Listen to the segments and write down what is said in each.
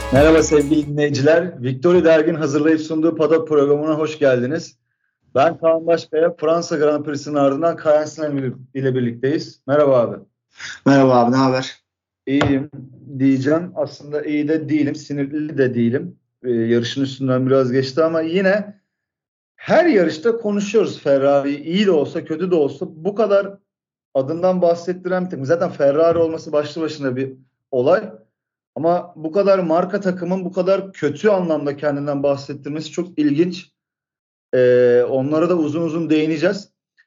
Merhaba sevgili dinleyiciler. Victory Dergin hazırlayıp sunduğu Paddock programına hoş geldiniz. Ben Kaan Başkaya, Fransa Grand Prix'sinin ardından Kayan Sinem ile birlikteyiz. Merhaba abi. Merhaba abi, ne haber? İyiyim diyeceğim. Aslında iyi de değilim, sinirli de değilim. Yarışın üstünden biraz geçti ama yine her yarışta konuşuyoruz Ferrari. İyi de olsa, kötü de olsa bu kadar adından bahsettiren bir takım. Zaten Ferrari olması başlı başına bir olay. Ama bu kadar marka takımın bu kadar kötü anlamda kendinden bahsettirmesi çok ilginç. Onlara da uzun uzun değineceğiz.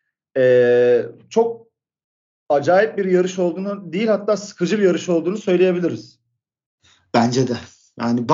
Çok acayip bir yarış olduğunu değil, hatta sıkıcı bir yarış olduğunu söyleyebiliriz. Bence de. Yani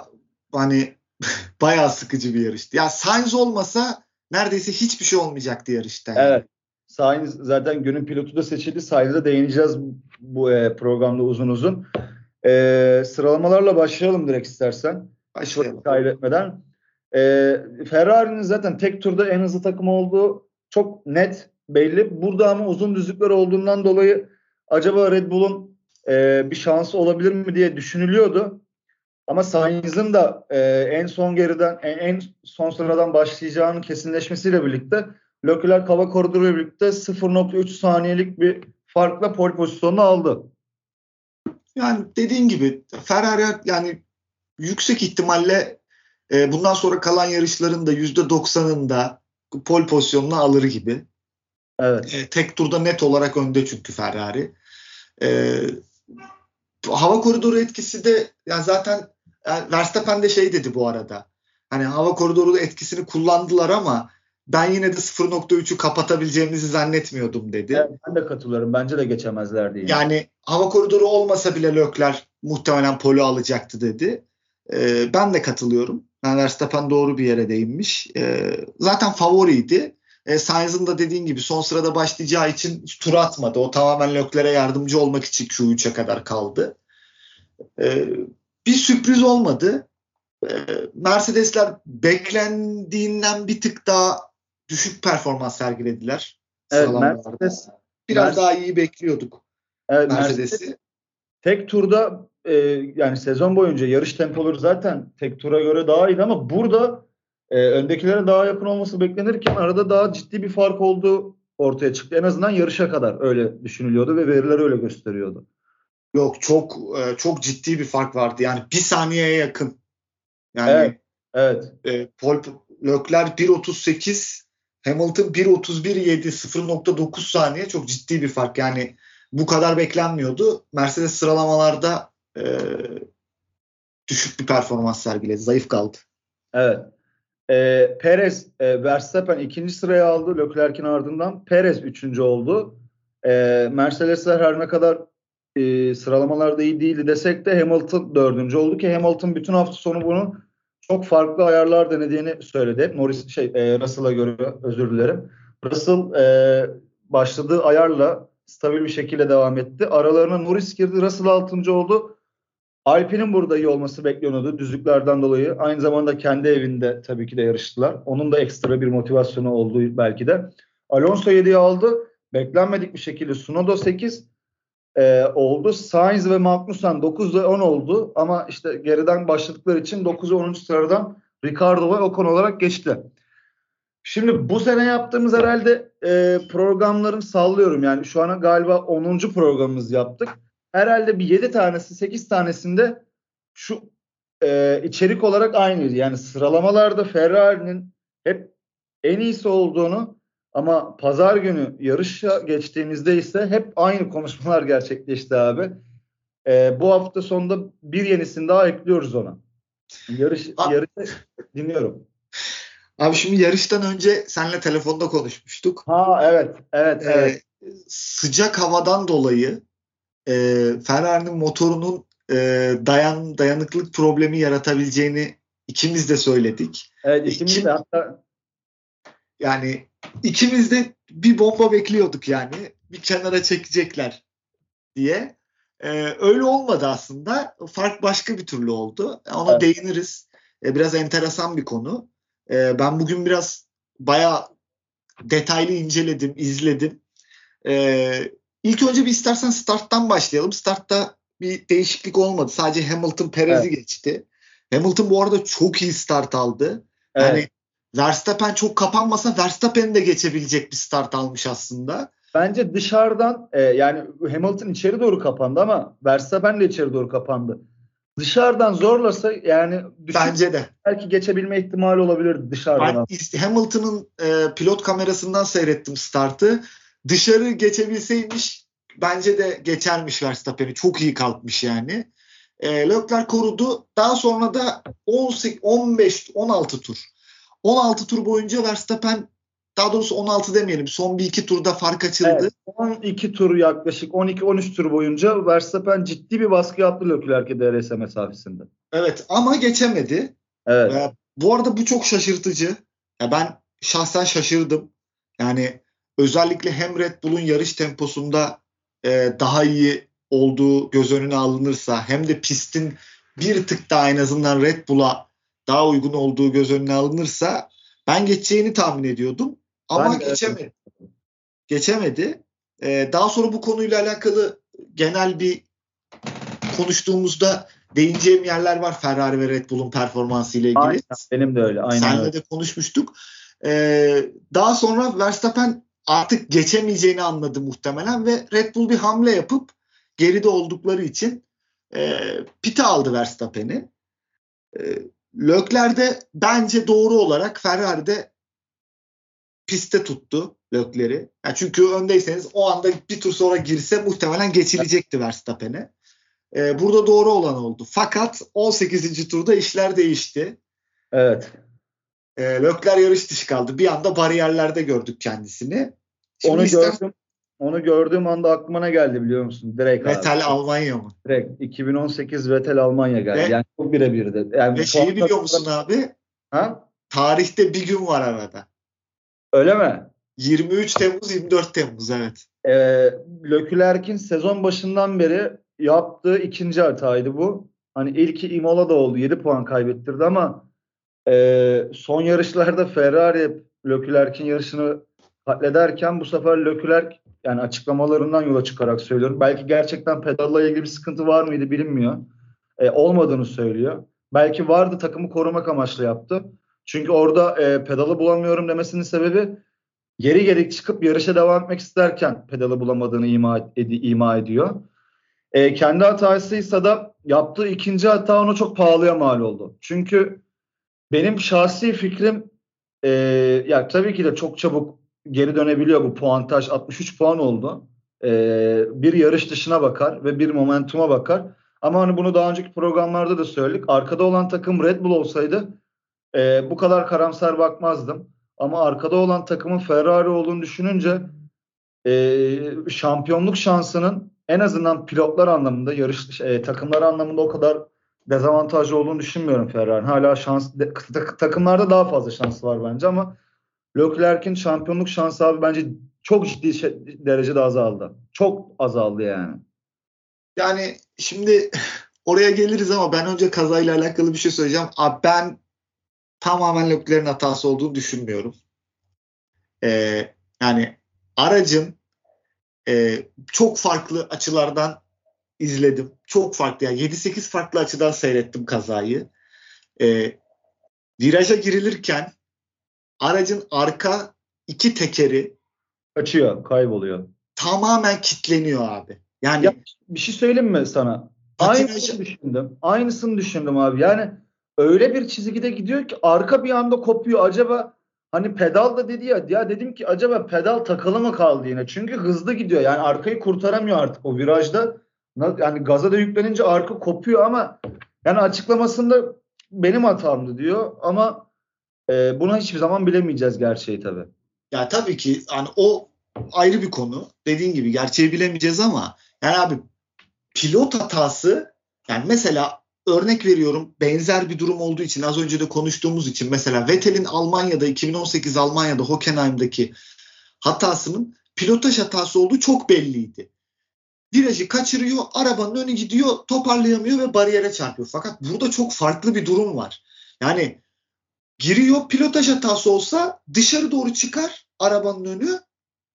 bayağı sıkıcı bir yarıştı. Ya Sainz olmasa neredeyse hiçbir şey olmayacaktı yarışta. Yani. Evet. Sainz zaten günün pilotu da seçildi. Sainz'e değineceğiz bu programda uzun uzun. Sıralamalarla başlayalım direkt istersen. Başlayalım. Kaybetmeden. Ferrari'nin zaten tek turda en hızlı takım olduğu çok net belli. Burada ama uzun düzlükler olduğundan dolayı acaba Red Bull'un bir şansı olabilir mi diye düşünülüyordu. Ama Sainz'ın da en son sıradan başlayacağının kesinleşmesiyle birlikte Leclerc hava koridoru ile birlikte 0.3 saniyelik bir farkla pole pozisyonunu aldı. Yani dediğin gibi Ferrari yani yüksek ihtimalle bundan sonra kalan yarışların da %90'ında pole pozisyonunu alır gibi. Evet. Tek turda net olarak önde çünkü Ferrari. Hava koridoru etkisi de yani zaten Verstappen de şey dedi bu arada. Hani hava koridoru etkisini kullandılar ama ben yine de 0.3'ü kapatabileceğimizi zannetmiyordum dedi. Evet, ben de katılıyorum. Bence de geçemezler diye. Yani hava koridoru olmasa bile Leclerc muhtemelen pole alacaktı dedi. Ben de katılıyorum. Yani Verstappen doğru bir yere değinmiş. Zaten favoriydi. Sainz'ın da dediğin gibi son sırada başlayacağı için hiç tur atmadı. O tamamen Leclerc'e yardımcı olmak için Q3'e kadar kaldı. Bir sürpriz olmadı. Mercedesler beklendiğinden bir tık daha düşük performans sergilediler. Evet, Mercedes biraz daha iyi bekliyorduk Mercedes'i. Tek turda yani sezon boyunca yarış tempoları zaten tek tura göre daha iyiydi ama burada öndekilere daha yakın olması beklenirken arada daha ciddi bir fark olduğu ortaya çıktı. En azından yarışa kadar öyle düşünülüyordu ve veriler öyle gösteriyordu. Yok, çok ciddi bir fark vardı. Yani bir saniyeye yakın. Yani evet. Leclerc 1.38, Hamilton 1.31.7, 0.9 saniye, çok ciddi bir fark. Yani bu kadar beklenmiyordu. Mercedes sıralamalarda düşük bir performans sergiledi. Zayıf kaldı. Evet. Perez, Verstappen ikinci sıraya aldı Leclerc'in ardından. Perez üçüncü oldu. Mercedesler her ne kadar sıralamalarda iyi değildi desek de Hamilton dördüncü oldu ki Hamilton bütün hafta sonu bunu çok farklı ayarlar denediğini söyledi. Russell'a göre özür dilerim. Russell başladığı ayarla stabil bir şekilde devam etti. Aralarına Norris girdi. Russell 6. oldu. Alpine'in burada iyi olması bekleniyordu düzlüklerden dolayı. Aynı zamanda kendi evinde tabii ki de yarıştılar. Onun da ekstra bir motivasyonu olduğu belki de. Alonso 7'yi aldı. Beklenmedik bir şekilde Tsunoda 8 oldu. Sainz ve Magnussen 9 ve 10 oldu. Ama işte geriden başladıkları için 9 ve 10. sıradan Ricardo ve Ocon olarak geçti. Şimdi bu sene yaptığımız herhalde programların sallıyorum. Yani şu ana galiba 10. programımız yaptık. Herhalde bir 7 tanesi 8 tanesinde şu içerik olarak aynıydı. Yani sıralamalarda Ferrari'nin hep en iyisi olduğunu ama pazar günü yarışa geçtiğimizde ise hep aynı konuşmalar gerçekleşti abi. Bu hafta sonunda bir yenisini daha ekliyoruz ona. Yarışı dinliyorum. Abi şimdi yarıştan önce seninle telefonda konuşmuştuk. Evet. Sıcak havadan dolayı Ferrari'nin motorunun dayanıklılık problemi yaratabileceğini ikimiz de söyledik. Evet, ikimiz de hatta yani ikimiz de bir bomba bekliyorduk yani. Bir kenara çekecekler diye. Öyle olmadı aslında. Fark başka bir türlü oldu. Ona değiniriz. Biraz enteresan bir konu. Ben bugün bayağı detaylı inceledim, izledim. İlk önce bir istersen starttan başlayalım. Startta bir değişiklik olmadı. Sadece Hamilton Perez'i Evet. geçti. Hamilton bu arada çok iyi start aldı. Yani Evet. Verstappen çok kapanmasa Verstappen'i de geçebilecek bir start almış aslında. Bence dışarıdan yani Hamilton içeri doğru kapandı ama Verstappen de içeri doğru kapandı. Dışarıdan zorlasa yani düşük Bence de. belki geçebilme ihtimali olabilir Ben dışarıdan. Hamilton'ın pilot kamerasından seyrettim startı. Dışarı geçebilseymiş bence de geçermiş Verstappen'i. Çok iyi kalkmış yani. Leclerc korudu. Daha sonra da 18, 15, 16 tur. 16 tur boyunca Verstappen, daha doğrusu 16 demeyelim. Son bir iki turda fark açıldı. Evet, 12 tur yaklaşık 12-13 tur boyunca Verstappen ciddi bir baskı yaptı Leclerc'e DRS mesafesinde. Evet ama geçemedi. Evet. Bu arada bu çok şaşırtıcı. Ya ben şahsen şaşırdım. Yani özellikle hem Red Bull'un yarış temposunda daha iyi olduğu göz önüne alınırsa, hem de pistin bir tık daha en azından Red Bull'a daha uygun olduğu göz önüne alınırsa ben geçeceğini tahmin ediyordum. Ama Ben de geçemedi. Geçemedi. Daha sonra bu konuyla alakalı genel bir konuştuğumuzda değineceğim yerler var Ferrari ve Red Bull'un performansı ile ilgili. aynen, benim de öyle. Aynen öyle. Seninle de konuşmuştuk. Daha sonra Verstappen artık geçemeyeceğini anladı muhtemelen ve Red Bull bir hamle yapıp geride oldukları için pite aldı Verstappen'i. Leclerc de bence doğru olarak Ferrari'de piste tuttu Leclerc'i. Yani çünkü öndeyseniz o anda bir tur sonra girse muhtemelen geçilecekti Verstappen'e. Burada doğru olan oldu. Fakat 18. turda işler değişti. Evet. Leclerc yarış dışı kaldı. Bir anda bariyerlerde gördük kendisini. Şimdi Onu gördüm. Onu gördüğüm anda aklıma ne geldi biliyor musun? Direkt abi. Vettel Almanya mı? Direkt 2018 Vettel Almanya geldi. Ve, Yani çok birebirdi. Yani ve bu puan şeyi biliyor musun abi? ha? Tarihte bir gün var arada. Öyle mi? 23 Temmuz 24 Temmuz evet. Leclerc'in sezon başından beri yaptığı ikinci hataydı bu. Hani ilki Imola'da oldu. 7 puan kaybettirdi ama son yarışlarda Ferrari Leclerc'in yarışını katlederken bu sefer Leclerc yani açıklamalarından yola çıkarak söylüyorum. Belki gerçekten pedalla ilgili bir sıkıntı var mıydı bilinmiyor. Olmadığını söylüyor. Belki vardı, takımı korumak amaçlı yaptı. Çünkü orada pedalı bulamıyorum demesinin sebebi geri geri çıkıp yarışa devam etmek isterken pedalı bulamadığını ima ediyor. Kendi hatasıysa da yaptığı ikinci hata ona çok pahalıya mal oldu. Çünkü benim şahsi fikrim e, ya tabii ki de çok çabuk geri dönebiliyor bu puantaj. 63 puan oldu. Bir yarış dışına bakar ve bir momentuma bakar. Ama hani bunu daha önceki programlarda da söyledik. Arkada olan takım Red Bull olsaydı bu kadar karamsar bakmazdım. Ama arkada olan takımın Ferrari olduğunu düşününce şampiyonluk şansının en azından pilotlar anlamında, yarış takımlar anlamında o kadar dezavantajlı olduğunu düşünmüyorum Ferrari'nin. Hala takımlarda daha fazla şansı var bence ama Leclerc'in şampiyonluk şansı abi bence çok ciddi derecede azaldı. Çok azaldı yani. Yani şimdi oraya geliriz ama ben önce kazayla alakalı bir şey söyleyeceğim. Abi ben tamamen Leclerc'in hatası olduğunu düşünmüyorum. Yani aracın çok farklı açılardan izledim. Çok farklı yani 7-8 farklı açıdan seyrettim kazayı. Viraja girilirken aracın arka iki tekeri Kaçıyor, kayboluyor. tamamen kilitleniyor abi. Yani Ya bir şey söyleyeyim mi sana? patinaj Aynısını düşündüm. Aynısını düşündüm abi. Yani öyle bir çizgide gidiyor ki arka bir anda kopuyor. Acaba hani pedal da dedi ya dedim ki acaba pedal takılı mı kaldı yine? Çünkü hızlı gidiyor. Yani arkayı kurtaramıyor artık o virajda. Yani gaza da yüklenince arka kopuyor ama yani açıklamasında benim hatamdı diyor ama buna hiçbir zaman bilemeyeceğiz gerçeği tabii. ya tabii ki hani o ayrı bir konu. Dediğin gibi gerçeği bilemeyeceğiz ama yani abi pilot hatası, yani mesela örnek veriyorum, benzer bir durum olduğu için az önce de konuştuğumuz için mesela Vettel'in Almanya'da 2018 Almanya'da Hockenheim'daki hatasının pilotaj hatası olduğu çok belliydi. Virajı kaçırıyor, arabanın önü gidiyor, toparlayamıyor ve bariyere çarpıyor. Fakat burada çok farklı bir durum var. Yani giriyor, pilotaj hatası olsa dışarı doğru çıkar arabanın önü,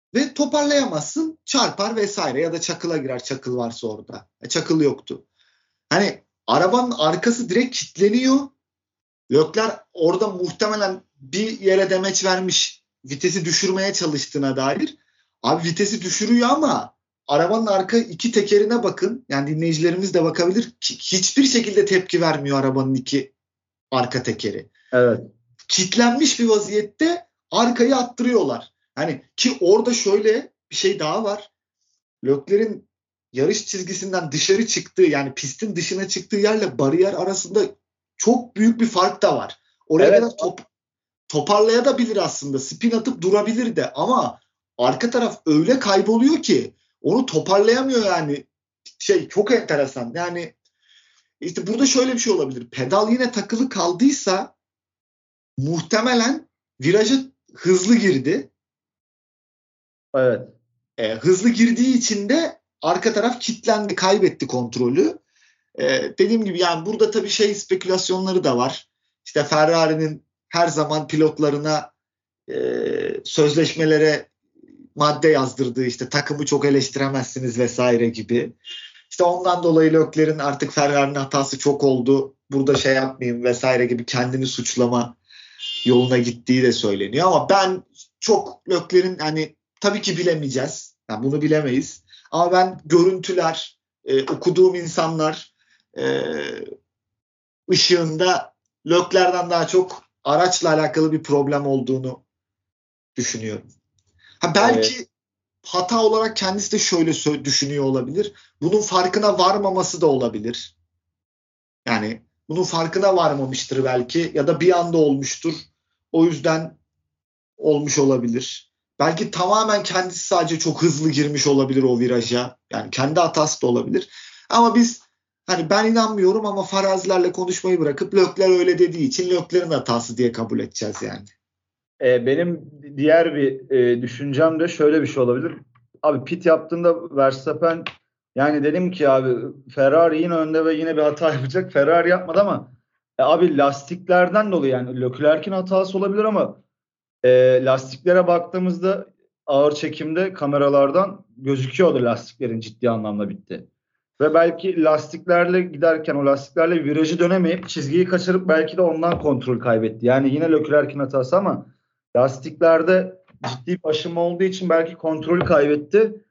Ve toparlayamazsın, çarpar vesaire ya da çakıla girer, çakıl varsa orada. Çakıl yoktu. Hani arabanın arkası direkt kilitleniyor. Leclerc orada muhtemelen bir yere demeç vermiş, vitesi düşürmeye çalıştığına dair. Abi vitesi düşürüyor ama arabanın arka iki tekerine bakın. Yani dinleyicilerimiz de bakabilir. Hiçbir şekilde tepki vermiyor arabanın iki arka tekeri. Evet. Kilitlenmiş bir vaziyette arkayı attırıyorlar. Hani ki orada şöyle bir şey daha var. Leclerc'in yarış çizgisinden dışarı çıktığı, yani pistin dışına çıktığı yerle bariyer arasında çok büyük bir fark da var. Oraya kadar toparlayabilir aslında. Spin atıp durabilir de ama arka taraf öyle kayboluyor ki onu toparlayamıyor yani. Çok enteresan. Yani işte burada şöyle bir şey olabilir. Pedal yine takılı kaldıysa muhtemelen viraja hızlı girdi. Evet. Hızlı girdiği için de arka taraf kilitlendi, kaybetti kontrolü. Dediğim gibi yani burada tabii spekülasyonları da var. İşte Ferrari'nin her zaman pilotlarına sözleşmelere madde yazdırdığı, işte takımı çok eleştiremezsiniz vesaire gibi. İşte ondan dolayı Leclerc'in artık Ferrari'nin hatası çok oldu, burada yapmayayım vesaire gibi kendini suçlama yoluna gittiği de söyleniyor. Ama ben çok Leclerc'in, hani tabii ki bilemeyeceğiz. Yani bunu bilemeyiz. Ama ben görüntüler, okuduğum insanlar ışığında Leclerc'den daha çok araçla alakalı bir problem olduğunu düşünüyorum. Belki hata olarak kendisi de şöyle düşünüyor olabilir. Bunun farkına varmaması da olabilir. Yani bunun farkına varmamıştır belki ya da bir anda olmuştur. O yüzden olmuş olabilir. Belki tamamen kendisi sadece çok hızlı girmiş olabilir o viraja. Yani kendi hatası da olabilir. Ama biz, hani ben inanmıyorum ama farazilerle konuşmayı bırakıp Leclerc öyle dediği için Leclerc'in hatası diye kabul edeceğiz yani. Benim diğer bir düşüncem de şöyle bir şey olabilir. Abi pit yaptığında Verstappen, yani dedim ki abi Ferrari yine önde ve yine bir hata yapacak. Ferrari yapmadı ama abi lastiklerden dolayı, yani Leclerc'in hatası olabilir ama lastiklere baktığımızda ağır çekimde kameralardan gözüküyordu, lastiklerin ciddi anlamda bitti. Ve belki lastiklerle giderken o lastiklerle virajı dönemeyip çizgiyi kaçırıp belki de ondan kontrol kaybetti. Yani yine Leclerc'in hatası ama lastiklerde ciddi bir aşınma olduğu için belki kontrolü kaybetti.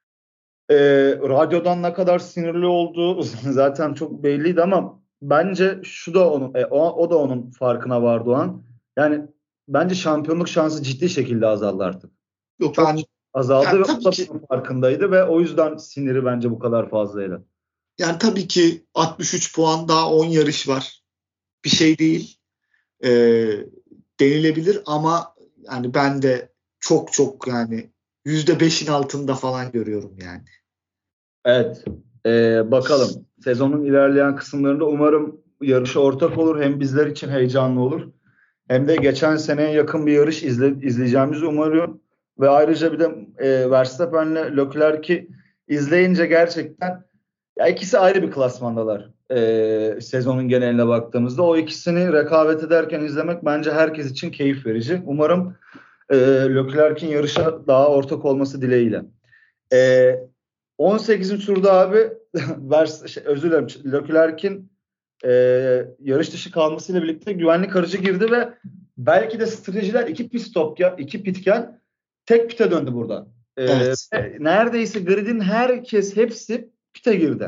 Radyodan ne kadar sinirli olduğu zaten çok belliydi ama bence şu da onun, o da onun farkına vardı o an. Yani bence şampiyonluk şansı ciddi şekilde azaldı artık. Yok, Çok azaldı ve o tabii da ki, bunun farkındaydı ve o yüzden siniri bence bu kadar fazlaydı. yani tabii ki 63 puan, daha 10 yarış var. Bir şey değil. E, Denilebilir ama yani ben de çok çok, yani %5'in altında falan görüyorum yani. Evet. Bakalım. Sezonun ilerleyen kısımlarında umarım yarışa ortak olur. Hem bizler için heyecanlı olur. Hem de geçen seneye yakın bir yarış izleyeceğimizi umuyorum. Ve ayrıca bir de Verstappen'le Leclerc'i izleyince gerçekten, ya ikisi ayrı bir klasmandalar. Sezonun geneline baktığımızda o ikisini rekabet ederken izlemek bence herkes için keyif verici. Umarım Leclerc'in yarışa daha ortak olması dileğiyle. E, 18. turda abi özür dilerim, Leclerc'in yarış dışı kalmasıyla birlikte güvenlik aracı girdi ve belki de stratejiler iki pitken tek pite döndü burada. Evet. Neredeyse gridin hepsi pite girdi.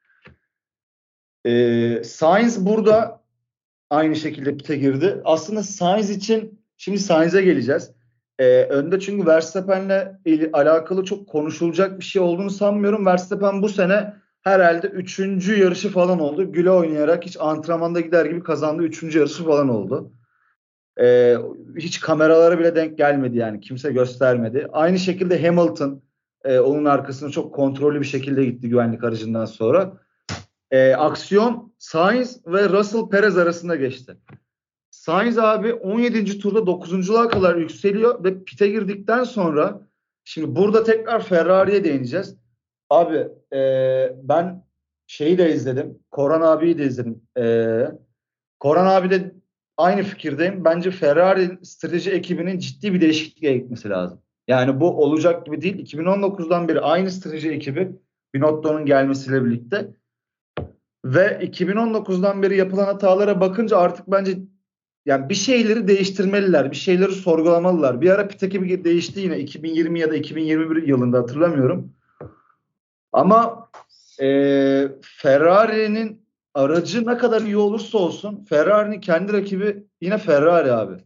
Sainz burada aynı şekilde pite girdi. Aslında Sainz için şimdi Sainz'e geleceğiz. Önde çünkü Verstappen'le alakalı çok konuşulacak bir şey olduğunu sanmıyorum. Verstappen bu sene herhalde 3. yarışı falan oldu. Güle oynayarak hiç antrenmanda gider gibi kazandığı 3. yarışı falan oldu. Hiç kameralara bile denk gelmedi, yani kimse göstermedi. Aynı şekilde Hamilton onun arkasına çok kontrollü bir şekilde gitti güvenlik aracından sonra. Aksiyon Sainz ve Russell Perez arasında geçti. Sainz abi 17. turda 9.luğa kadar yükseliyor ve pite girdikten sonra, şimdi burada tekrar Ferrari'ye değineceğiz. Abi ben şeyi de izledim. Koran abiyi de izledim. Koran abi de aynı fikirdeyim. Bence Ferrari strateji ekibinin ciddi bir değişikliğe gitmesi lazım. Yani bu olacak gibi değil. 2019'dan beri aynı strateji ekibi Binotto'nun gelmesiyle birlikte ve 2019'dan beri yapılan hatalara bakınca artık bence yani bir şeyleri değiştirmeliler. Bir şeyleri sorgulamalılar. Bir ara pit ekibi değişti yine 2020 ya da 2021 yılında hatırlamıyorum. Ama Ferrari'nin aracı ne kadar iyi olursa olsun Ferrari'nin kendi rakibi yine Ferrari abi.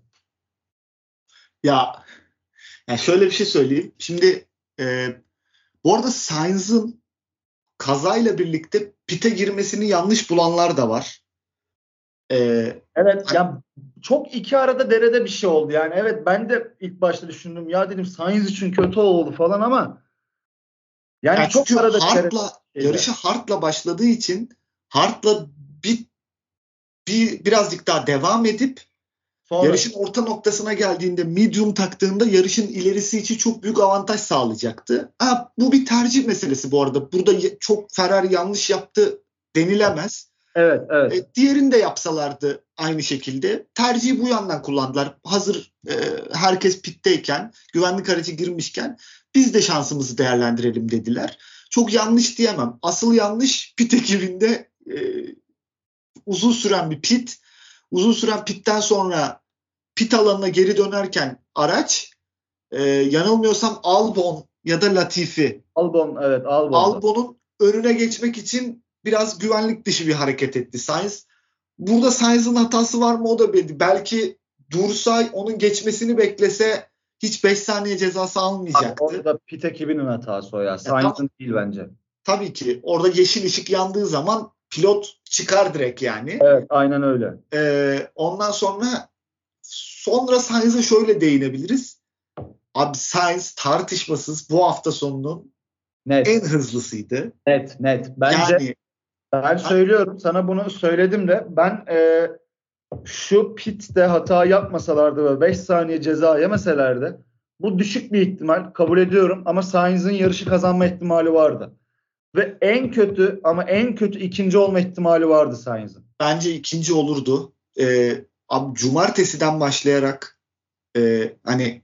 Ya yani şöyle bir şey söyleyeyim. Şimdi e, bu arada Sainz'ın kazayla birlikte pite girmesini yanlış bulanlar da var. Evet Hani, ya çok iki arada derede bir şey oldu yani. Evet ben de ilk başta düşündüm ya dedim Sainz için kötü oldu falan ama yani yani çok çünkü arada derede bir şeydi. yarışa hardla başladığı için hardla birazcık daha devam edip Sonra yarışın orta noktasına geldiğinde medium taktığında yarışın ilerisi için çok büyük avantaj sağlayacaktı. Bu bir tercih meselesi bu arada. Burada çok Ferrari yanlış yaptı denilemez. evet. Diğerini de yapsalardı aynı şekilde. Tercihi bu yandan kullandılar. Hazır herkes pitteyken, güvenlik aracı girmişken biz de şansımızı değerlendirelim dediler. Çok yanlış diyemem. Asıl yanlış pit ekibinde uzun süren bir pit. Uzun süren pitten sonra pit alanına geri dönerken araç yanılmıyorsam Albon ya da Latifi. Albon evet Albon'da. Albon'un önüne geçmek için biraz güvenlik dışı bir hareket etti Sainz. Burada Sainz'ın hatası var mı o da belli. Belki dursa onun geçmesini beklese hiç 5 saniye cezası Abi almayacaktı. orada pit ekibinin hatası o ya. Tamam, Sainz'ın değil bence. tabii ki orada yeşil ışık yandığı zaman pilot çıkar direkt yani. Evet aynen öyle. Ondan sonra Sainz'e şöyle değinebiliriz. Abi Sainz tartışmasız bu hafta sonunun en Net. hızlısıydı. Net. Bence Yani ben söylüyorum sana bunu söyledim de ben şu pitte hata yapmasalardı ve 5 saniye ceza yemeselerdi bu düşük bir ihtimal kabul ediyorum ama Sainz'in yarışı kazanma ihtimali vardı. Ve en kötü ama en kötü ikinci olma ihtimali vardı Sainz'in. bence ikinci olurdu. Abi cumartesiden başlayarak hani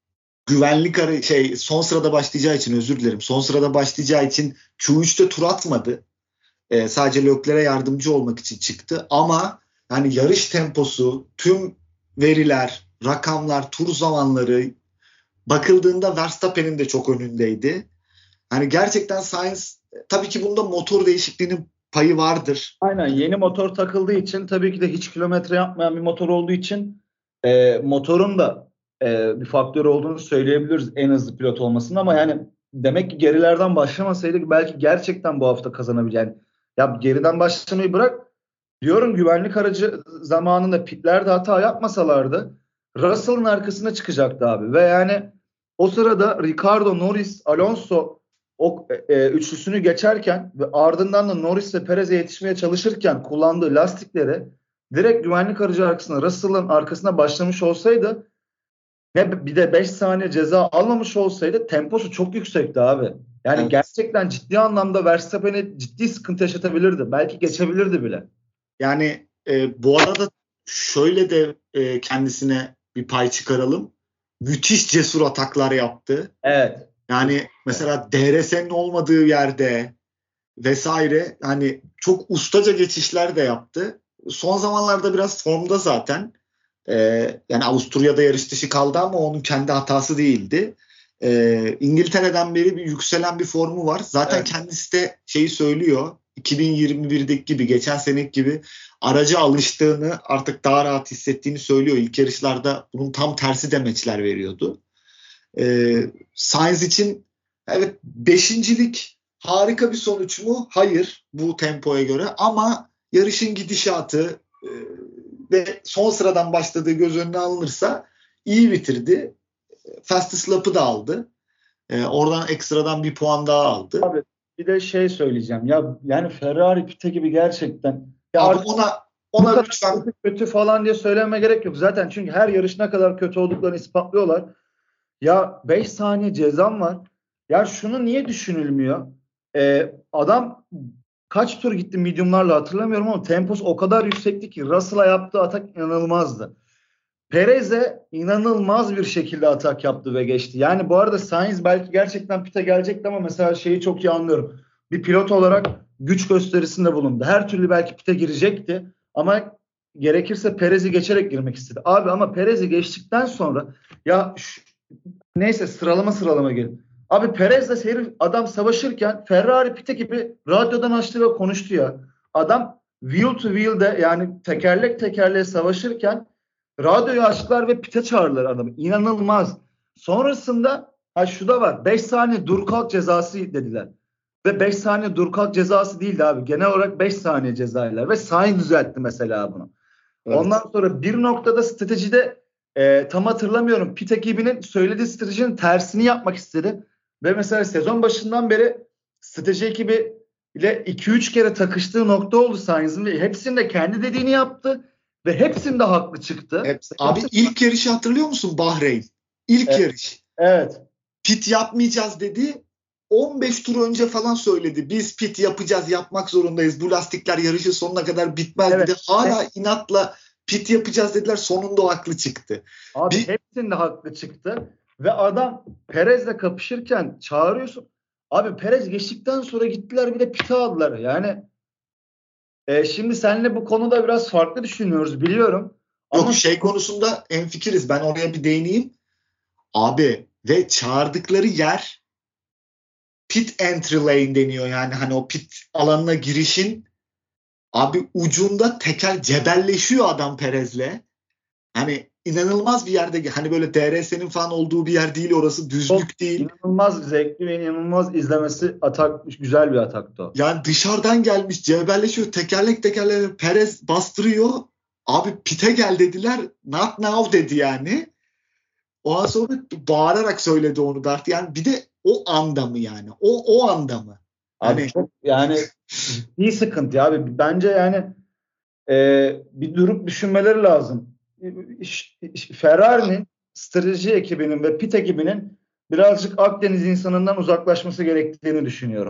son sırada başlayacağı için özür dilerim. Son sırada başlayacağı için Q3'te tur atmadı. Sadece Leclerc'e yardımcı olmak için çıktı. Ama yani yarış temposu, tüm veriler, rakamlar, tur zamanları bakıldığında Verstappen'in de çok önündeydi. Hani gerçekten Sainz tabii ki bunda motor değişikliğinin payı vardır. Aynen yeni motor takıldığı için tabii ki de hiç kilometre yapmayan bir motor olduğu için motorun da bir faktör olduğunu söyleyebiliriz en hızlı pilot olmasının ama yani demek ki gerilerden başlamasaydık belki gerçekten bu hafta kazanabileceğini. Ya geriden başlamayı bırak diyorum güvenlik aracı zamanında pitlerde hata yapmasalardı Russell'ın arkasına çıkacaktı abi ve yani o sırada Ricardo, Norris, Alonso o üçlüsünü geçerken ve ardından da Norris ve Perez'e yetişmeye çalışırken kullandığı lastikleri direkt güvenlik aracı arkasına Russell'ın arkasına başlamış olsaydı ve bir de 5 saniye ceza almamış olsaydı temposu çok yüksekti abi. Yani Evet. gerçekten ciddi anlamda Verstappen'e ciddi sıkıntı yaşatabilirdi. Belki geçebilirdi bile. Yani bu arada şöyle de kendisine bir pay çıkaralım. Müthiş cesur ataklar yaptı. Evet. Yani mesela DRS'nin olmadığı yerde vesaire hani çok ustaca geçişler de yaptı. Son zamanlarda biraz formda zaten. Yani Avusturya'da yarış dışı kaldı ama onun kendi hatası değildi. İngiltere'den beri bir yükselen bir formu var. Zaten Evet. kendisi de şeyi söylüyor. 2021'deki gibi, geçen seneki gibi araca alıştığını, artık daha rahat hissettiğini söylüyor. İlk yarışlarda bunun tam tersi demeçler veriyordu. Sainz için evet beşincilik harika bir sonuç mu? Hayır bu tempoya göre ama yarışın gidişatı ve son sıradan başladığı göz önüne alınırsa iyi bitirdi. Fastest lap'ı da aldı. Oradan ekstradan bir puan daha aldı. Abi bir de şey söyleyeceğim. Ya yani Ferrari pite gibi gerçekten ya Abi artık bu ona kadar lütfen kötü falan diye söylememe gerek yok. Zaten çünkü her yarış ne kadar kötü olduklarını ispatlıyorlar. Ya 5 saniye cezam var. Ya şunu niye düşünülmüyor? Adam kaç tur gitti mediumlarla hatırlamıyorum ama temposu o kadar yüksekti ki Russell'a yaptığı atak inanılmazdı. Perez'e inanılmaz bir şekilde atak yaptı ve geçti. Yani bu arada Sainz belki gerçekten pite gelecekti ama mesela şeyi çok iyi anlıyorum. Bir pilot olarak güç gösterisinde bulundu. Her türlü belki pite girecekti ama gerekirse Perez'i geçerek girmek istedi. Abi ama Perez'i geçtikten sonra ya neyse sıralama gelin. Abi Perez'le herif adam savaşırken Ferrari pite gibi radyodan açtı ve konuştu ya. Adam wheel to wheel'de yani tekerlek tekerleğe savaşırken radyoyu açtılar ve pite çağırdılar adamı. İnanılmaz. Sonrasında şu da var. 5 saniye dur kalk cezası dediler. Ve 5 saniye dur kalk cezası değildi abi. Genel olarak 5 saniye cezayla. Ve Sainz düzeltti mesela bunu. Evet. Ondan sonra bir noktada stratejide tam hatırlamıyorum. Pit ekibinin söylediği stratejinin tersini yapmak istedi. Ve mesela sezon başından beri strateji ekibi ile 2-3 kere takıştığı nokta oldu Sainz'ın ve hepsinde kendi dediğini yaptı ve hepsinde haklı çıktı. Abi ilk yarışı hatırlıyor musun Bahreyn? İlk yarış. Evet. Pit yapmayacağız dedi. 15 tur önce falan söyledi. Biz pit yapacağız, yapmak zorundayız. Bu lastikler yarışın sonuna kadar bitmez dedi. Hala inatla pit yapacağız dediler. Sonunda o haklı çıktı. Abi hepsinde haklı çıktı. Ve adam Perez'le kapışırken çağırıyorsun. Abi Perez geçtikten sonra gittiler bir de pite aldılar. Yani şimdi seninle bu konuda biraz farklı düşünüyoruz biliyorum. Yok ama konusunda hemfikiriz. Ben oraya bir değineyim. Abi ve çağırdıkları yer pit entry lane deniyor. Yani hani o pit alanına girişin abi ucunda teker cebelleşiyor adam Perez'le. Hani inanılmaz bir yerde, hani böyle DRS'nin falan olduğu bir yer değil orası, düzlük değil. İnanılmaz zevkli ve inanılmaz izlemesi güzel bir ataktı o. Yani dışarıdan gelmiş cebelleşiyor, tekerlek Perez bastırıyor. Abi pite gel dediler, not now dedi yani. O an sonra bağırarak söyledi onu Dart. Yani bir de o anda mı yani? O anda mı? Abi çok yani iyi sıkıntı abi. Bence yani bir durup düşünmeleri lazım. Ferrari'nin strateji ekibinin ve pit ekibinin birazcık Akdeniz insanından uzaklaşması gerektiğini düşünüyorum.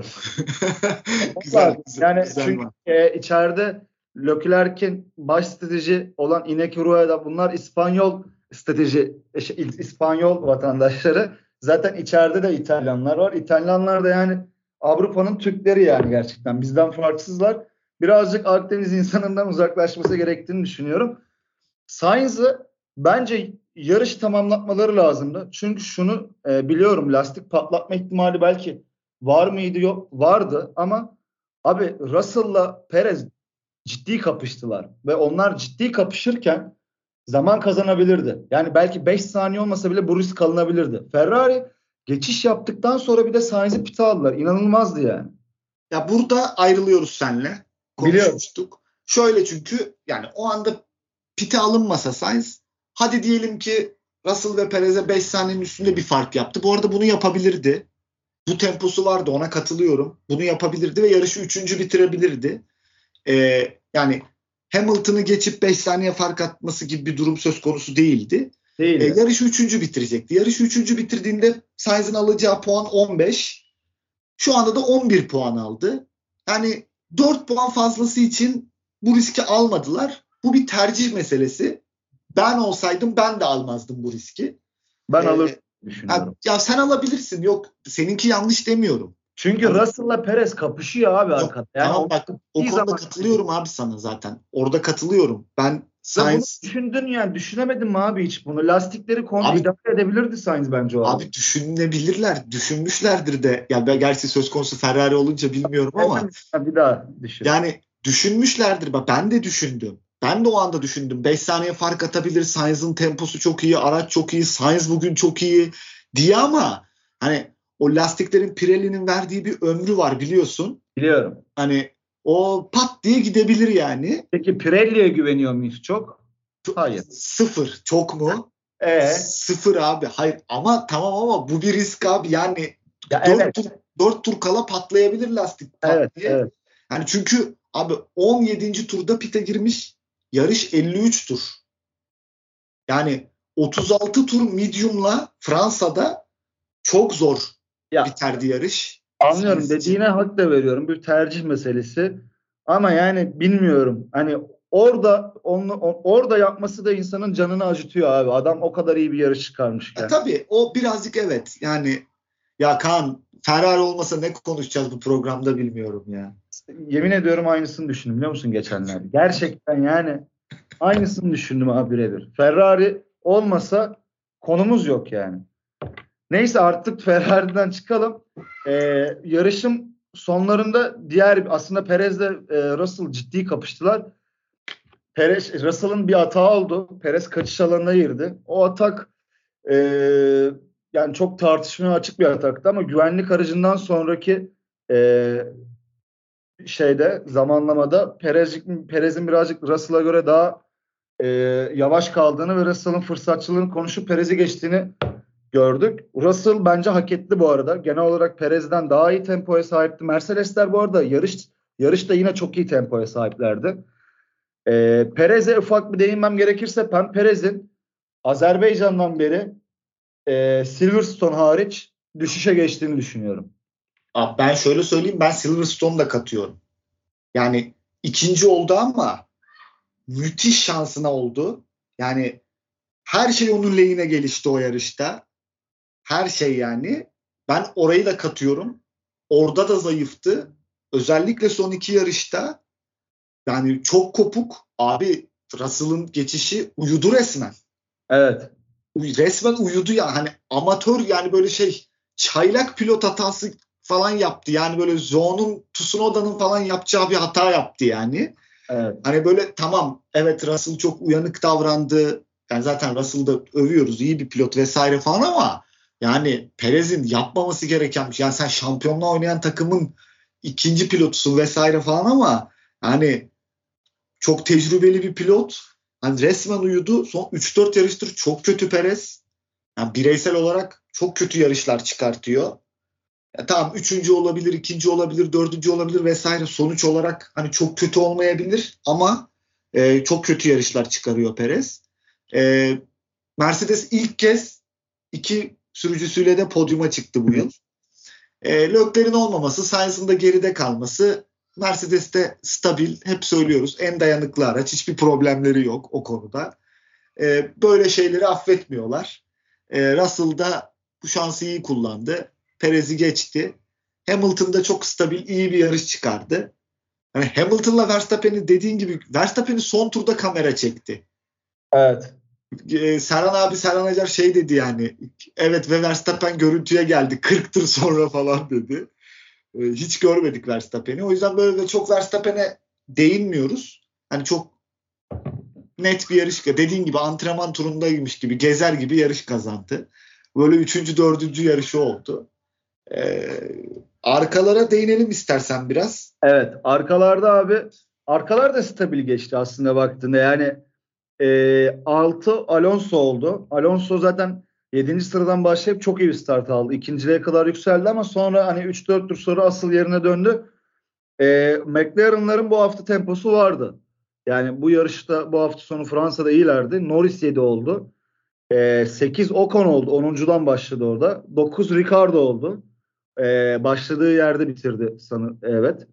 güzel, yani güzel çünkü içeride Leclerc'in baş strateji olan Iñaki Rueda, bunlar İspanyol strateji, İspanyol vatandaşları. Zaten içeride de İtalyanlar var. İtalyanlar da yani Avrupa'nın Türkleri yani gerçekten. Bizden farksızlar. Birazcık Akdeniz insanından uzaklaşması gerektiğini düşünüyorum. Sainz'ı bence yarış tamamlatmaları lazımdı. Çünkü şunu biliyorum, lastik patlatma ihtimali belki var mıydı, yok vardı ama abi Russell'la Perez ciddi kapıştılar ve onlar ciddi kapışırken zaman kazanabilirdi. Yani belki 5 saniye olmasa bile bu risk alınabilirdi. Ferrari geçiş yaptıktan sonra bir de Sainz'i pite aldılar. İnanılmazdı yani. Ya burada ayrılıyoruz seninle. Konuşmuştuk. Şöyle, çünkü yani o anda pite alınmasa Sainz, hadi diyelim ki Russell ve Perez'e 5 saniyenin üstünde bir fark yaptı. Bu arada bunu yapabilirdi. Bu temposu vardı, ona katılıyorum. Bunu yapabilirdi ve yarışı 3. bitirebilirdi. Yani Hamilton'ı geçip 5 saniye fark atması gibi bir durum söz konusu değildi. Yarışı 3. bitirecekti. Yarışı 3. bitirdiğinde Sainz'in alacağı puan 15. Şu anda da 11 puan aldı. Yani 4 puan fazlası için bu riski almadılar. Bu bir tercih meselesi. Ben olsaydım ben de almazdım bu riski. Ben alırım düşünüyorum. Ya sen alabilirsin. Yok, seninki yanlış demiyorum. Çünkü Russell'la Perez kapışıyor abi arkada. Yani tamam bak, o konuda katılıyorum abi sana zaten. Orada katılıyorum. Ben Sainz... Bunu düşündün yani, düşünemedin mi abi hiç bunu? Lastikleri idare edebilirdi Sainz bence o abi. Abi düşünebilirler. Düşünmüşlerdir de. Ya ben gerçi söz konusu Ferrari olunca bilmiyorum ama. Bir daha düşün. Yani düşünmüşlerdir. Bak ben de düşündüm. Ben de o anda düşündüm. 5 saniye fark atabilir. Sainz'ın temposu çok iyi. Araç çok iyi. Sainz bugün çok iyi diye, ama hani o lastiklerin Pirelli'nin verdiği bir ömrü var biliyorsun. Biliyorum. Hani o pat diye gidebilir yani. Peki Pirelli'ye güveniyor muyuz çok? Hayır. 0. Çok mu? 0 abi. Hayır ama tamam, ama bu bir risk abi. Yani 4 tur kala patlayabilir lastik. Evet. Yani çünkü abi 17. turda pite girmiş. Yarış 53 tur. Yani 36 tur medium'la Fransa'da çok zor biterdi yarış. Anlıyorum, dediğine hak da veriyorum. Bir tercih meselesi. Ama yani bilmiyorum. Hani orada yapması da insanın canını acıtıyor abi. Adam o kadar iyi bir yarış çıkarmışken. Tabii o birazcık evet. Yani ya Kaan, Ferrari olmasa ne konuşacağız bu programda bilmiyorum ya. Yemin ediyorum aynısını düşündüm biliyor musun geçenlerde? Gerçekten yani aynısını düşündüm abi birebir. Ferrari olmasa konumuz yok yani. Neyse artık Ferrari'den çıkalım. Yarışın sonlarında aslında Perez'le Russell ciddi kapıştılar. Russell'ın bir hata oldu. Perez kaçış alanına girdi. O atak yani çok tartışmaya açık bir ataktı ama güvenlik aracından sonraki zamanlamada Perez'in birazcık Russell'a göre daha yavaş kaldığını ve Russell'ın fırsatçılığını konuşup Perez'i geçtiğini gördük. Russell bence hak etti bu arada. Genel olarak Perez'den daha iyi tempoya sahipti. Mercedesler bu arada yarışta yine çok iyi tempoya sahiplerdi. Perez'e ufak bir değinmem gerekirse ben Perez'in Azerbaycan'dan beri Silverstone hariç düşüşe geçtiğini düşünüyorum. Ben şöyle söyleyeyim, ben Silverstone'da katıyorum. Yani ikinci oldu ama müthiş şansına oldu. Yani her şey onun lehine gelişti o yarışta. Her şey yani. Ben orayı da katıyorum. Orada da zayıftı. Özellikle son iki yarışta yani çok kopuk. Abi Russell'ın geçişi uyudu resmen. Evet. Resmen uyudu ya. Hani amatör yani böyle çaylak pilot hatası falan yaptı. Yani böyle Zhou'nun, Tsunoda'nın falan yapacağı bir hata yaptı yani. Evet. Hani böyle tamam evet Russell çok uyanık davrandı. Yani zaten Russell'da övüyoruz, iyi bir pilot vesaire falan ama yani Perez'in yapmaması gereken bir şey. Yani sen şampiyonluğa oynayan takımın ikinci pilotusun vesaire falan ama yani çok tecrübeli bir pilot. Hani resmen uyudu. Son 3-4 yarıştır çok kötü Perez. Yani bireysel olarak çok kötü yarışlar çıkartıyor. Tamam üçüncü olabilir, ikinci olabilir, dördüncü olabilir vesaire. Sonuç olarak hani çok kötü olmayabilir ama çok kötü yarışlar çıkarıyor Perez. Mercedes ilk kez iki sürücüsüyle de podyuma çıktı bu yıl. Leclerc'in olmaması, Sainz'ın da geride kalması, Mercedes'te stabil, hep söylüyoruz en dayanıklı araç, hiçbir problemleri yok o konuda. Böyle şeyleri affetmiyorlar. Russell da bu şansı iyi kullandı. Perez'i geçti. Hamilton da çok stabil, iyi bir yarış çıkardı. Yani Hamilton'la Verstappen'i dediğin gibi Verstappen'i son turda kamera çekti. Evet. Serhan Acar dedi yani. Evet ve Verstappen görüntüye geldi 40 tur sonra falan dedi. Hiç görmedik Verstappen'i. O yüzden böyle de çok Verstappen'e değinmiyoruz. Hani çok net bir yarış. Dediğin gibi antrenman turundaymış gibi, gezer gibi yarış kazandı. Böyle 3. 4. yarışı oldu. Arkalara değinelim istersen biraz. Evet. Arkalar da stabil geçti aslında baktığında. Yani 6 Alonso oldu. Alonso zaten 7. sıradan başlayıp çok iyi bir start aldı. İkinciliğe kadar yükseldi ama sonra hani 3-4 tur sonra asıl yerine döndü. McLaren'ların bu hafta temposu vardı. Yani bu yarışta bu hafta sonu Fransa'da iyilerdi. Norris 7 oldu. 8 Ocon oldu. 10'uncudan başladı orada. 9 Ricardo oldu. Başladığı yerde bitirdi sanırım. Evet.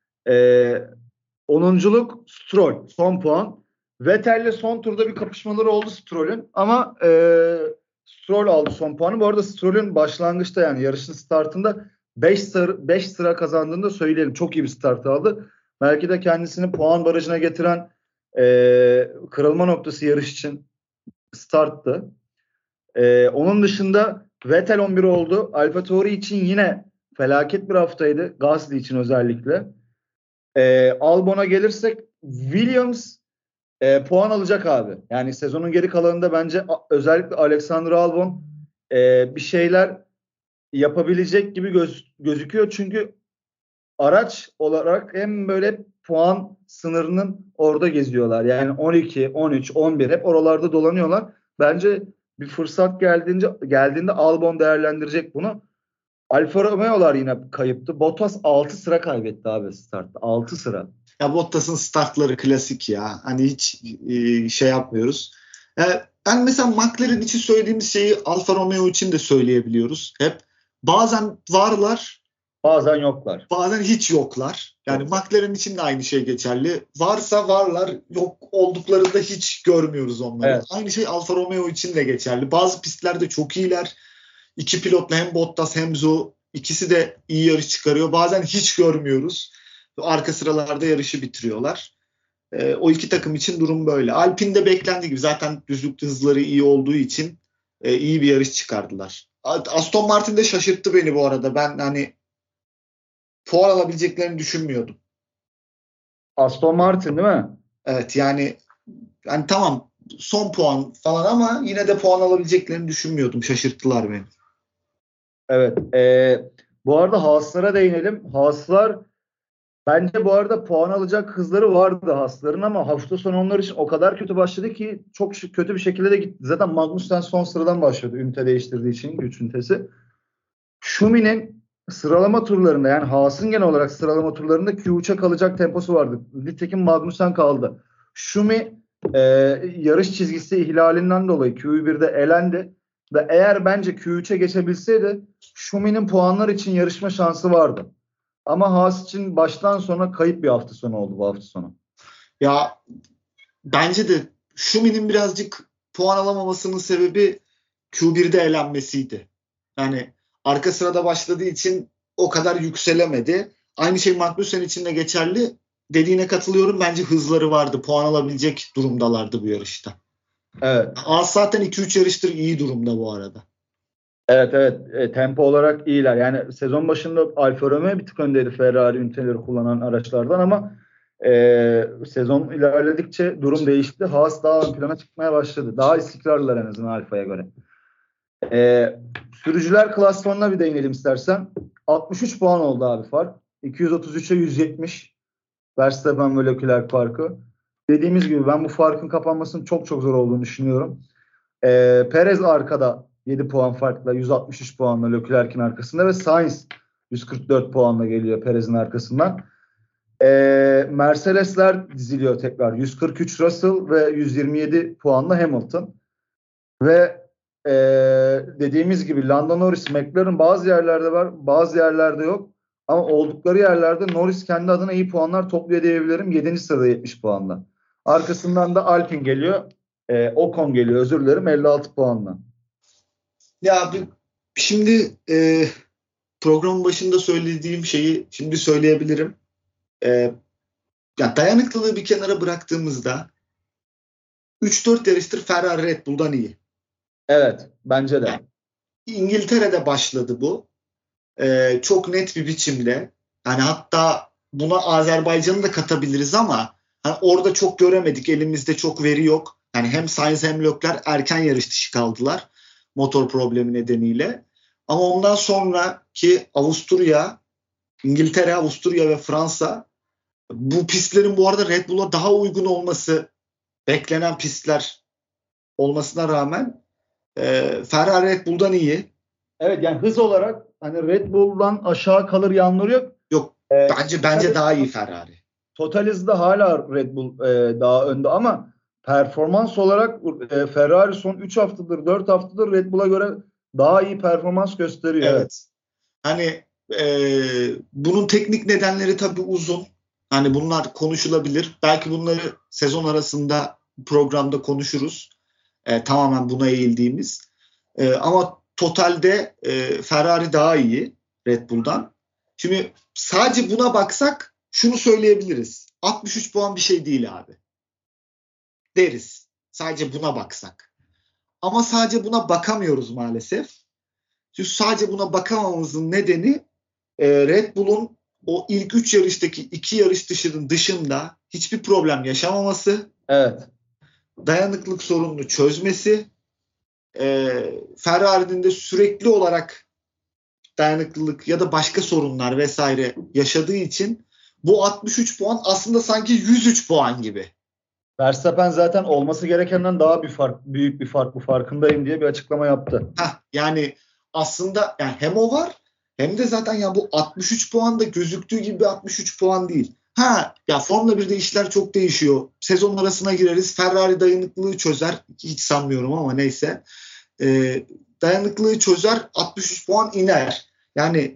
10'unculuk Stroll. Son puan. Vettel'le son turda bir kapışmaları oldu Stroll'ün. Ama Stroll aldı son puanı. Bu arada Stroll'ün başlangıçta yani yarışın startında 5 sıra kazandığını da söyleyelim. Çok iyi bir start aldı. Belki de kendisini puan barajına getiren kırılma noktası yarış için starttı. Onun dışında Vettel 11 oldu. AlphaTauri için yine felaket bir haftaydı. Gasly için özellikle. Albon'a gelirsek Williams puan alacak abi. Yani sezonun geri kalanında bence özellikle Alexander Albon bir şeyler yapabilecek gibi gözüküyor. Çünkü araç olarak hem böyle puan sınırının orada geziyorlar. Yani 12, 13, 11 hep oralarda dolanıyorlar. Bence bir fırsat geldiğinde Albon değerlendirecek bunu. Alfa Romeo'lar yine kayıptı. Bottas 6 sıra kaybetti abi startta. 6 sıra. Ya Bottas'ın startları klasik ya. Hani hiç şey yapmıyoruz. Ben mesela McLaren için söylediğimiz şeyi Alfa Romeo için de söyleyebiliyoruz. Hep bazen varlar, Bazen yoklar. Bazen hiç yoklar. Yani McLaren için de aynı şey geçerli. Varsa varlar, yok olduklarında hiç görmüyoruz onları. Evet. Aynı şey Alfa Romeo için de geçerli. Bazı pistlerde çok iyiler. İki pilotla hem Bottas hem Zhou ikisi de iyi yarış çıkarıyor. Bazen hiç görmüyoruz. Arka sıralarda yarışı bitiriyorlar. O iki takım için durum böyle. Alpine'de beklendiği gibi zaten düzlükte hızları iyi olduğu için iyi bir yarış çıkardılar. Aston Martin de şaşırttı beni bu arada. Ben hani puan alabileceklerini düşünmüyordum. Aston Martin değil mi? Evet yani tamam son puan falan ama yine de puan alabileceklerini düşünmüyordum. Şaşırttılar beni. Evet. Bu arada Haas'lara değinelim. Haas'lar bence bu arada puan alacak hızları vardı Haas'ların ama hafta sonu onlar için o kadar kötü başladı ki çok kötü bir şekilde de gitti. Zaten Magnussen son sıradan başladı ünite değiştirdiği için güç ünitesi. Schumi'nin sıralama turlarında yani Haas'ın genel olarak sıralama turlarında Q3'e kalacak temposu vardı. Nitekim Magnussen kaldı. Schumi yarış çizgisi ihlalinden dolayı Q1'de elendi ve eğer bence Q3'e geçebilseydi Schumi'nin puanlar için yarışma şansı vardı. Ama Haas için baştan sona kayıp bir hafta sonu oldu bu hafta sonu. Ya bence de Schumi'nin birazcık puan alamamasının sebebi Q1'de elenmesiydi. Yani arka sırada başladığı için o kadar yükselemedi. Aynı şey Magnussen için de geçerli. Dediğine katılıyorum. Bence hızları vardı. Puan alabilecek durumdalardı bu yarışta. Evet. Haas zaten 2-3 yarıştır iyi durumda bu arada. Evet. Tempo olarak iyiler. Yani sezon başında Alfa Romeo bir tık öndeydi Ferrari üniteleri kullanan araçlardan ama sezon ilerledikçe durum değişti. Haas daha ön plana çıkmaya başladı. Daha istikrarlılar en azından Alfa'ya göre. Sürücüler klasmanına bir değinelim istersen. 63 puan oldu abi fark. 233'e 170. Verstappen ve Leclerc farkı. Dediğimiz gibi ben bu farkın kapanmasının çok çok zor olduğunu düşünüyorum. Perez arkada 7 puan farkla 163 puanla Leclerc'in arkasında ve Sainz 144 puanla geliyor Perez'in arkasından. Mercedesler diziliyor tekrar. 143 Russell ve 127 puanla Hamilton. Ve dediğimiz gibi Lando Norris, McLaren bazı yerlerde var, bazı yerlerde yok. Ama oldukları yerlerde Norris kendi adına iyi puanlar topluyor diyebilirim. 7. sırada 70 puanla. Arkasından da Alpine geliyor. Ocon geliyor, özür dilerim, 56 puanla. Ya şimdi programın başında söylediğim şeyi şimdi söyleyebilirim. Ya dayanıklılığı bir kenara bıraktığımızda 3-4 yarıştır Ferrari Red Bull'dan iyi. Evet, bence de. Yani İngiltere'de başladı bu. Çok net bir biçimde. Yani hatta buna Azerbaycan'ı da katabiliriz ama hani orada çok göremedik. Elimizde çok veri yok. Yani hem Sainz hem Leclerc erken yarış dışı kaldılar. Motor problemi nedeniyle. Ama ondan sonraki Avusturya, İngiltere, Avusturya ve Fransa bu pistlerin bu arada Red Bull'a daha uygun olması beklenen pistler olmasına rağmen Ferrari Red Bull'dan iyi. Evet yani hız olarak hani Red Bull'dan aşağı kalır yanları yok. Yok bence daha iyi Ferrari. Total hızda hala Red Bull daha önde ama performans olarak Ferrari son 3 haftadır 4 haftadır Red Bull'a göre daha iyi performans gösteriyor. Evet. Hani bunun teknik nedenleri tabii uzun. Hani bunlar konuşulabilir. Belki bunları sezon arasında programda konuşuruz. Tamamen buna eğildiğimiz. Ama totalde Ferrari daha iyi Red Bull'dan. Şimdi sadece buna baksak şunu söyleyebiliriz. 63 puan bir şey değil abi. Deriz. Sadece buna baksak. Ama sadece buna bakamıyoruz maalesef. Çünkü sadece buna bakamamamızın nedeni Red Bull'un o ilk 3 yarıştaki 2 yarış dışında hiçbir problem yaşamaması. Evet. Dayanıklık sorununu çözmesi. Ferrari'nin de sürekli olarak dayanıklılık ya da başka sorunlar vesaire yaşadığı için bu 63 puan aslında sanki 103 puan gibi. Verstappen zaten olması gerekenden daha büyük bir fark bu farkındayım diye bir açıklama yaptı. Yani aslında yani hem o var hem de zaten ya bu 63 puan da gözüktüğü gibi 63 puan değil. Ya Formula 1'de işler çok değişiyor. Sezon arasına gireriz. Ferrari dayanıklılığı çözer. Hiç sanmıyorum ama neyse. Dayanıklılığı çözer. 63 puan iner. Yani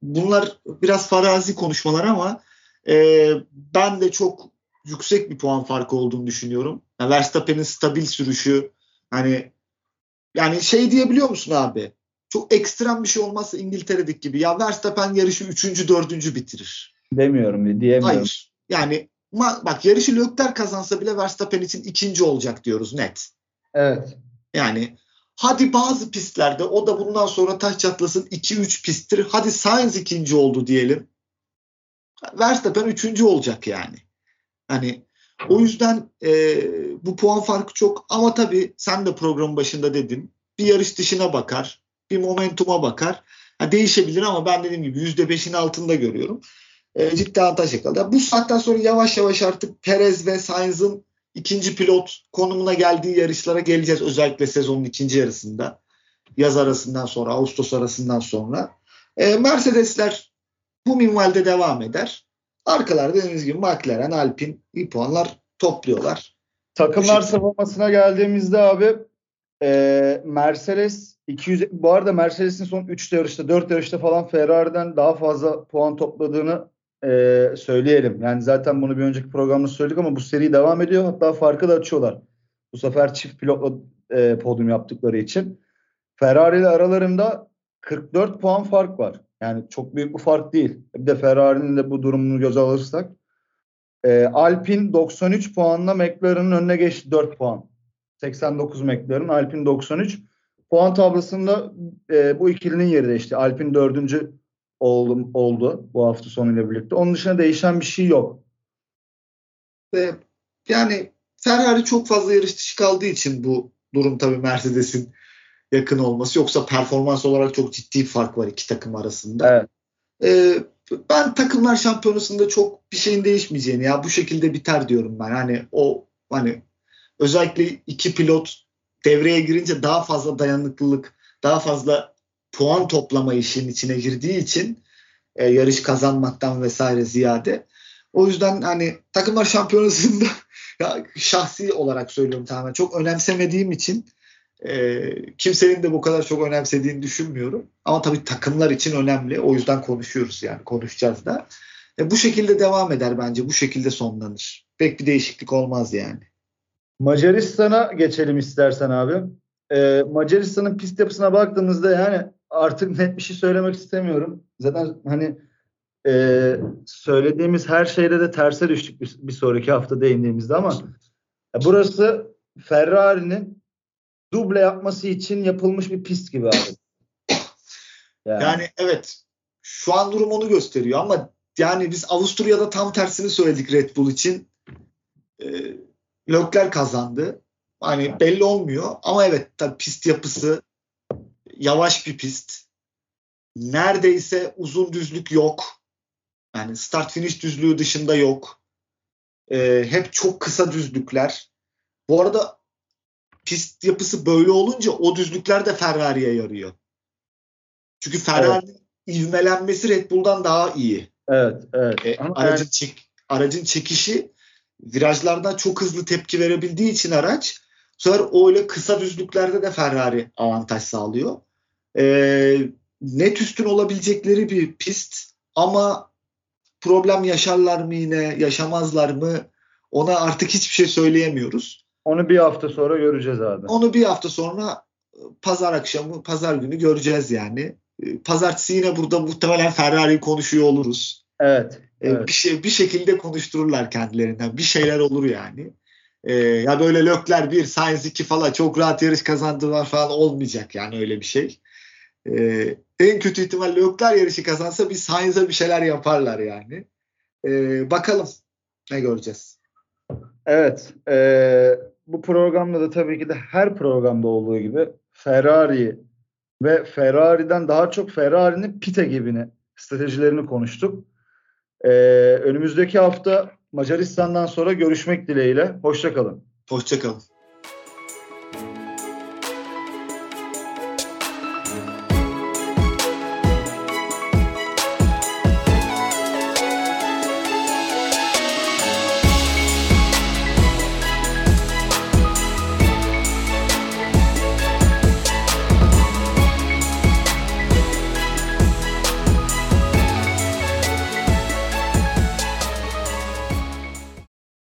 bunlar biraz farazi konuşmalar ama ben de çok yüksek bir puan farkı olduğunu düşünüyorum. Yani Verstappen'in stabil sürüşü, hani yani şey diyebiliyor musun abi? Çok ekstrem bir şey olmazsa İngiltere'deki gibi ya Verstappen yarışı 3. 4. bitirir. Diyemiyorum. Hayır. Yani bak yarışı Leclerc kazansa bile Verstappen için 2. olacak diyoruz net. Evet. Yani hadi bazı pistlerde o da bundan sonra taş çatlasın 2-3 pisttir. Hadi Sainz 2. oldu diyelim. Verstappen 3. olacak yani. Hani o yüzden bu puan farkı çok ama tabii sen de programın başında dedin. Bir yarış dışına bakar. Bir momentuma bakar. Ha, değişebilir ama ben dediğim gibi %5'in altında görüyorum. Ciddi avantaj yakaladı. Bu saatten sonra yavaş yavaş artık Perez ve Sainz'ın ikinci pilot konumuna geldiği yarışlara geleceğiz. Özellikle sezonun ikinci yarısında. Yaz arasından sonra, Ağustos arasından sonra. Mercedesler bu minvalde devam eder. Arkalarda dediğimiz gibi McLaren, Alpine iyi puanlar topluyorlar. Takımlar sıralamasına geldiğimizde abi Mercedes 200, bu arada Mercedes'in son 3 yarışta 4 yarışta falan Ferrari'den daha fazla puan topladığını söyleyelim. Yani zaten bunu bir önceki programda söyledik ama bu seri devam ediyor. Hatta farkı da açıyorlar. Bu sefer çift pilotla podyum yaptıkları için. Ferrari ile aralarında 44 puan fark var. Yani çok büyük bir fark değil. Bir de Ferrari'nin de bu durumunu göze alırsak. Alpine 93 puanla McLaren'ın önüne geçti 4 puan. 89 McLaren, Alpine 93. Puan tablosunda bu ikilinin yeri değişti. Alpine 4. oldu bu hafta sonuyla birlikte. Onun dışında değişen bir şey yok. Yani Ferrari çok fazla yarış dışı kaldığı için bu durum tabii Mercedes'in yakın olması. Yoksa performans olarak çok ciddi bir fark var iki takım arasında. Evet. Ben takımlar şampiyonasında çok bir şeyin değişmeyeceğini ya bu şekilde biter diyorum ben. Hani özellikle iki pilot devreye girince daha fazla dayanıklılık, daha fazla puan toplama işin içine girdiği için yarış kazanmaktan vesaire ziyade. O yüzden hani takımlar şampiyonasında ya, şahsi olarak söylüyorum tamamen çok önemsemediğim için kimsenin de bu kadar çok önemsediğini düşünmüyorum. Ama tabii takımlar için önemli. O yüzden konuşuyoruz yani. Konuşacağız da. Bu şekilde devam eder bence. Bu şekilde sonlanır. Pek bir değişiklik olmaz yani. Macaristan'a geçelim istersen abi. Macaristan'ın pist yapısına baktığımızda yani artık net bir şey söylemek istemiyorum. Zaten hani söylediğimiz her şeyde de terse düştük bir sonraki hafta değindiğimizde ama burası Ferrari'nin duble yapması için yapılmış bir pist gibi abi. Yani evet şu an durum onu gösteriyor ama yani biz Avusturya'da tam tersini söyledik Red Bull için. Leclerc kazandı. Hani belli olmuyor ama evet tabii pist yapısı yavaş bir pist. Neredeyse uzun düzlük yok. Yani start finish düzlüğü dışında yok. Hep çok kısa düzlükler. Bu arada pist yapısı böyle olunca o düzlükler de Ferrari'ye yarıyor. Çünkü Ferrari'nin ivmelenmesi Red Bull'dan daha iyi. Evet. Aracın çekişi virajlardan çok hızlı tepki verebildiği için araç sonra öyle kısa düzlüklerde de Ferrari avantaj sağlıyor. Net üstün olabilecekleri bir pist ama problem yaşarlar mı yine yaşamazlar mı ona artık hiçbir şey söyleyemiyoruz. Onu bir hafta sonra göreceğiz abi. Onu bir hafta sonra pazar günü göreceğiz yani. Pazartesi yine burada muhtemelen Ferrari'yi konuşuyor oluruz. Evet. Bir şekilde konuştururlar kendilerinden. Bir şeyler olur yani. Ya böyle Leclerc 1, Sainz 2 falan çok rahat yarış kazandılar falan olmayacak yani öyle bir şey. En kötü ihtimalle Leclerc yarışı kazansa bir Sainz'a bir şeyler yaparlar yani. Bakalım ne göreceğiz. Evet. Bu programda da tabii ki de her programda olduğu gibi Ferrari ve Ferrari'den daha çok Ferrari'nin pit ekibini, stratejilerini konuştuk. Önümüzdeki hafta Macaristan'dan sonra görüşmek dileğiyle. Hoşça kalın. Hoşça kalın.